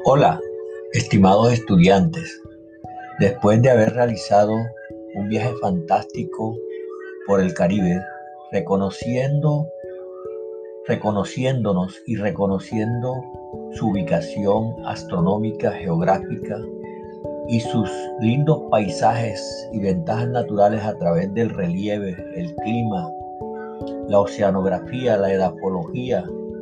Hola, estimados estudiantes. Después de haber realizado un viaje fantástico por el Caribe, reconociéndonos y reconociendo su ubicación astronómica, geográfica y sus lindos paisajes y ventajas naturales a través del relieve, el clima, la oceanografía, la edafología,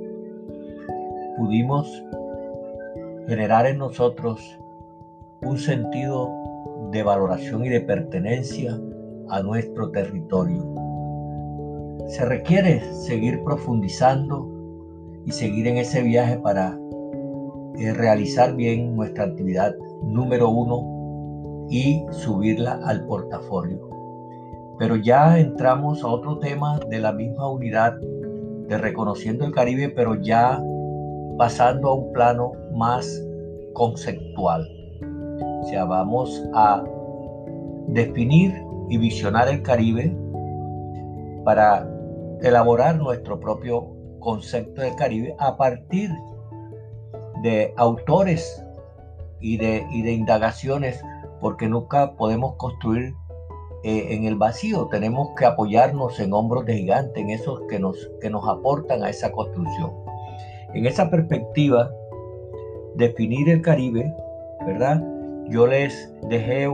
pudimos generar en nosotros un sentido de valoración y de pertenencia a nuestro territorio. Se requiere seguir profundizando y seguir en ese viaje para realizar bien nuestra actividad número 1 y subirla al portafolio. Pero ya entramos a otro tema de la misma unidad de Reconociendo el Caribe, pero ya pasando a un plano más conceptual. O sea, vamos a definir y visionar el Caribe para elaborar nuestro propio concepto del Caribe a partir de autores y de indagaciones, porque nunca podemos construir en el vacío. Tenemos que apoyarnos en hombros de gigantes, en esos que nos aportan a esa construcción. En esa perspectiva, definir el Caribe, ¿verdad? Yo les dejé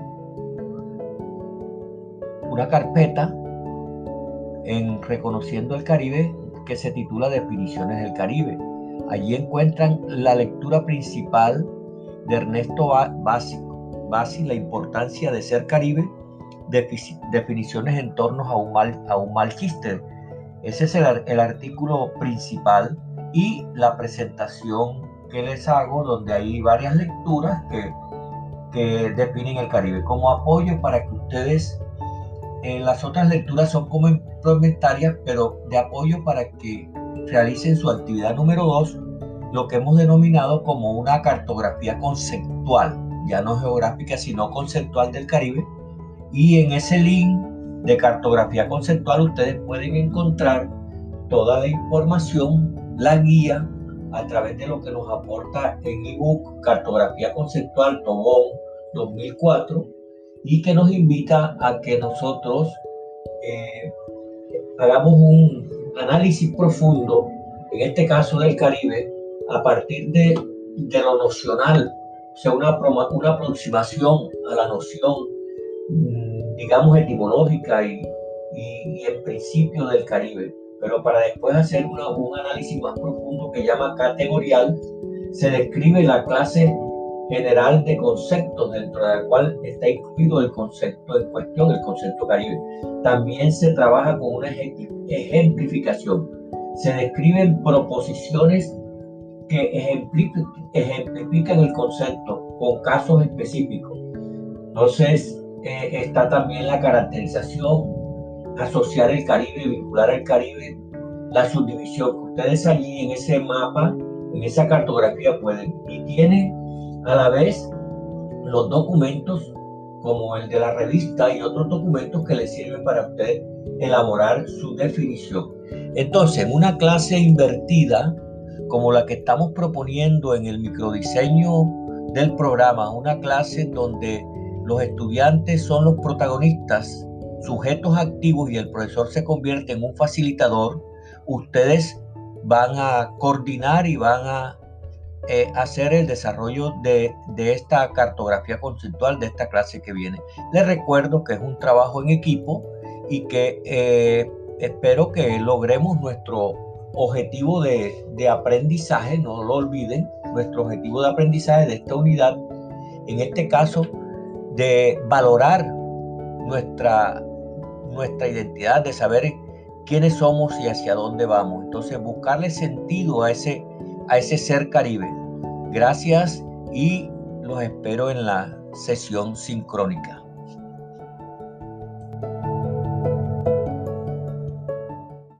una carpeta en Reconociendo el Caribe que se titula Definiciones del Caribe. Allí encuentran la lectura principal de Ernesto Bassi, La importancia de ser Caribe, definiciones en torno a un mal chiste. Ese es el artículo principal y la presentación que les hago, donde hay varias lecturas que definen el Caribe como apoyo para que ustedes, las otras lecturas son complementarias, pero de apoyo para que realicen su actividad número 2, lo que hemos denominado como una cartografía conceptual, ya no geográfica, sino conceptual del Caribe. Y en ese link de cartografía conceptual ustedes pueden encontrar toda la información, la guía, a través de lo que nos aporta en ebook Cartografía Conceptual Tobón 2004, y que nos invita a que nosotros hagamos un análisis profundo, en este caso del Caribe, a partir de lo nocional, o sea, una aproximación a la noción, digamos, etimológica y el principio del Caribe, pero para después hacer un análisis más profundo que llama categorial. Se describe la clase general de conceptos, dentro de la cual está incluido el concepto en cuestión, el concepto Caribe. También se trabaja con una ejemplificación. Se describen proposiciones que ejemplifican el concepto con casos específicos. Entonces, está también la caracterización, asociar el Caribe, vincular al Caribe, la subdivisión que ustedes allí en ese mapa, en esa cartografía pueden, y tiene a la vez los documentos como el de la revista y otros documentos que les sirven para usted elaborar su definición. Entonces, en una clase invertida como la que estamos proponiendo en el microdiseño del programa, una clase donde los estudiantes son los protagonistas, sujetos activos, y el profesor se convierte en un facilitador, ustedes van a coordinar y van a hacer el desarrollo de esta cartografía conceptual de esta clase que viene. Les recuerdo que es un trabajo en equipo y que espero que logremos nuestro objetivo de aprendizaje. No lo olviden, nuestro objetivo de aprendizaje de esta unidad, en este caso, de valorar nuestra identidad, de saber quiénes somos y hacia dónde vamos. Entonces, buscarle sentido a ese ser Caribe. Gracias y los espero en la sesión sincrónica.